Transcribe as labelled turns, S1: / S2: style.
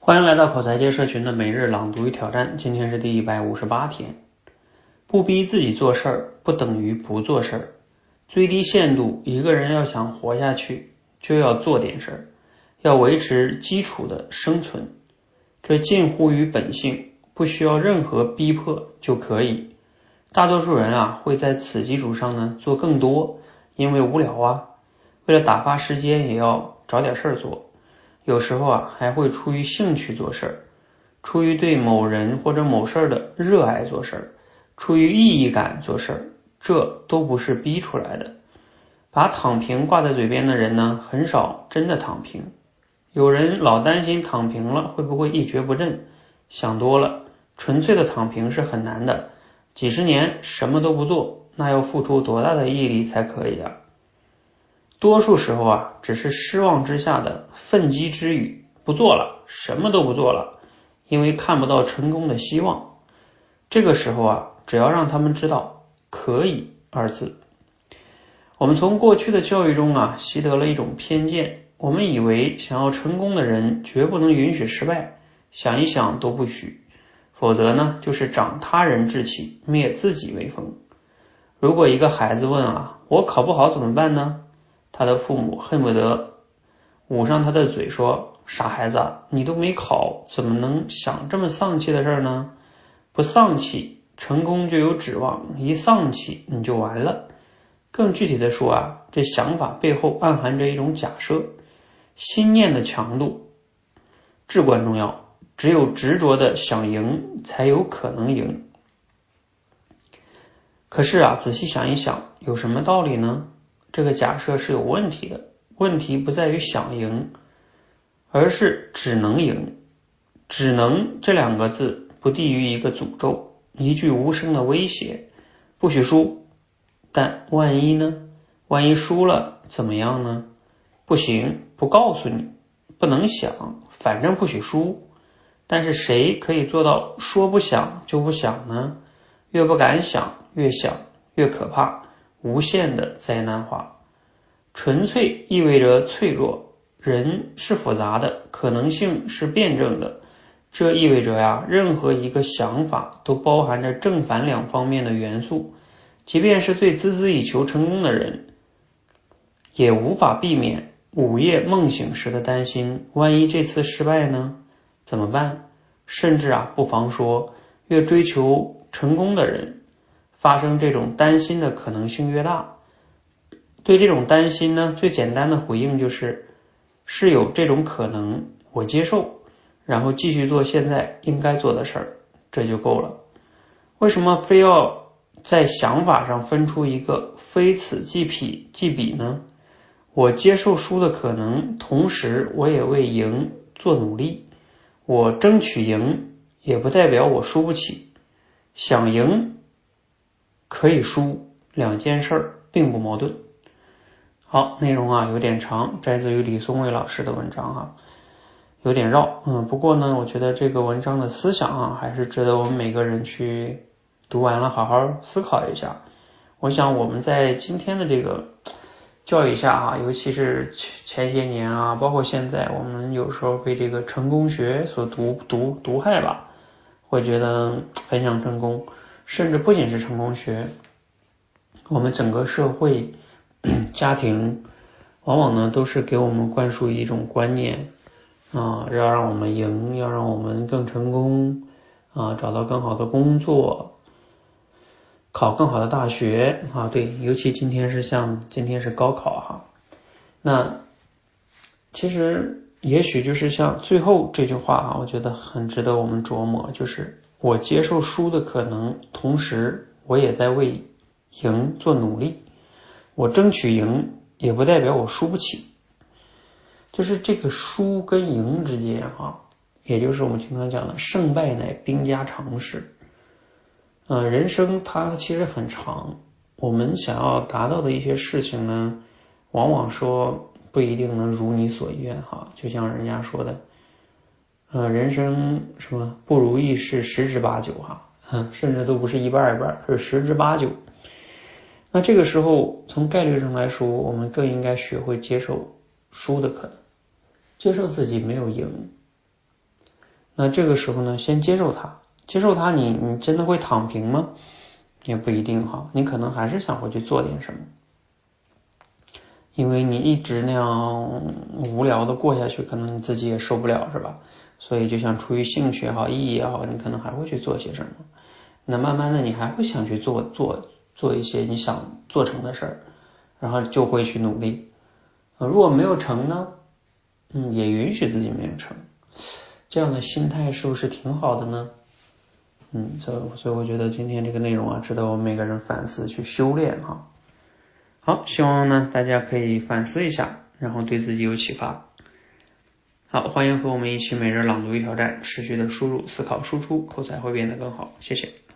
S1: 欢迎来到口才界社群的每日朗读与挑战，今天是第158天。不逼自己做事儿，不等于不做事儿。最低限度，一个人要想活下去，就要做点事儿，要维持基础的生存。这近乎于本性，不需要任何逼迫就可以。大多数人会在此基础上做更多，因为无聊为了打发时间也要找点事儿做。有时候还会出于兴趣做事儿，出于对某人或者某事儿的热爱做事儿，出于意义感做事儿，这都不是逼出来的。把躺平挂在嘴边的人很少真的躺平。有人老担心躺平了会不会一蹶不振，想多了，纯粹的躺平是很难的，几十年什么都不做，那要付出多大的毅力才可以多数时候只是失望之下的愤激之语，不做了，什么都不做了，因为看不到成功的希望。这个时候只要让他们知道可以二字。我们从过去的教育中习得了一种偏见，我们以为想要成功的人绝不能允许失败，想一想都不许，否则就是长他人志气，灭自己威风。如果一个孩子问我考不好怎么办呢？他的父母恨不得捂上他的嘴说，傻孩子你都没考，怎么能想这么丧气的事呢？不丧气，成功就有指望，一丧气你就完了。更具体的说这想法背后暗含着一种假设，心念的强度至关重要，只有执着的想赢才有可能赢。可是仔细想一想，有什么道理呢？这个假设是有问题的，问题不在于想赢，而是只能赢。只能这两个字不低于一个诅咒，一句无声的威胁，不许输。但万一呢？万一输了怎么样呢？不行，不告诉你，不能想，反正不许输。但是谁可以做到说不想就不想呢？越不敢想，越想越可怕，无限的灾难化。纯粹意味着脆弱，人是复杂的，可能性是辩证的，这意味着任何一个想法都包含着正反两方面的元素，即便是最孜孜以求成功的人，也无法避免午夜梦醒时的担心，万一这次失败呢？怎么办？甚至不妨说，越追求成功的人，发生这种担心的可能性越大。对这种担心最简单的回应是有这种可能，我接受，然后继续做现在应该做的事儿，这就够了。为什么非要在想法上分出一个非此即彼呢？我接受输的可能，同时我也为赢做努力。我争取赢，也不代表我输不起。想赢可以输，两件事并不矛盾。好，内容有点长，摘自于李松蔚老师的文章有点绕，不过我觉得这个文章的思想还是值得我们每个人去读完了好好思考一下。我想我们在今天的这个教育下尤其是前些年包括现在，我们有时候被这个成功学所毒害吧，会觉得很想成功，甚至不仅是成功学，我们整个社会家庭往往都是给我们灌输一种观念要让我们赢，要让我们更成功找到更好的工作，考更好的大学对，尤其今天是高考那其实也许就是像最后这句话我觉得很值得我们琢磨，就是我接受输的可能，同时我也在为赢做努力。我争取赢，也不代表我输不起。就是这个输跟赢之间也就是我们经常讲的胜败乃兵家常事。人生它其实很长，我们想要达到的一些事情呢，往往说不一定能如你所愿就像人家说的人生什么不如意事十之八九甚至都不是一半一半，是十之八九。那这个时候从概率上来说，我们更应该学会接受输的可能，接受自己没有赢。 那这个时候呢，先接受它，你真的会躺平吗？也不一定哈，你可能还是想回去做点什么，因为你一直那样无聊的过下去，可能你自己也受不了，是吧？所以就像出于兴趣也好，意义也好，你可能还会去做些什么。那慢慢的你还会想去做一些你想做成的事儿，然后就会去努力。如果没有成呢，也允许自己没有成，这样的心态是不是挺好的呢？所以我觉得今天这个内容啊，值得我们每个人反思去修炼哈。好，希望呢大家可以反思一下，然后对自己有启发。好，欢迎和我们一起每日朗读与挑战，持续的输入、思考、输出，口才会变得更好。谢谢。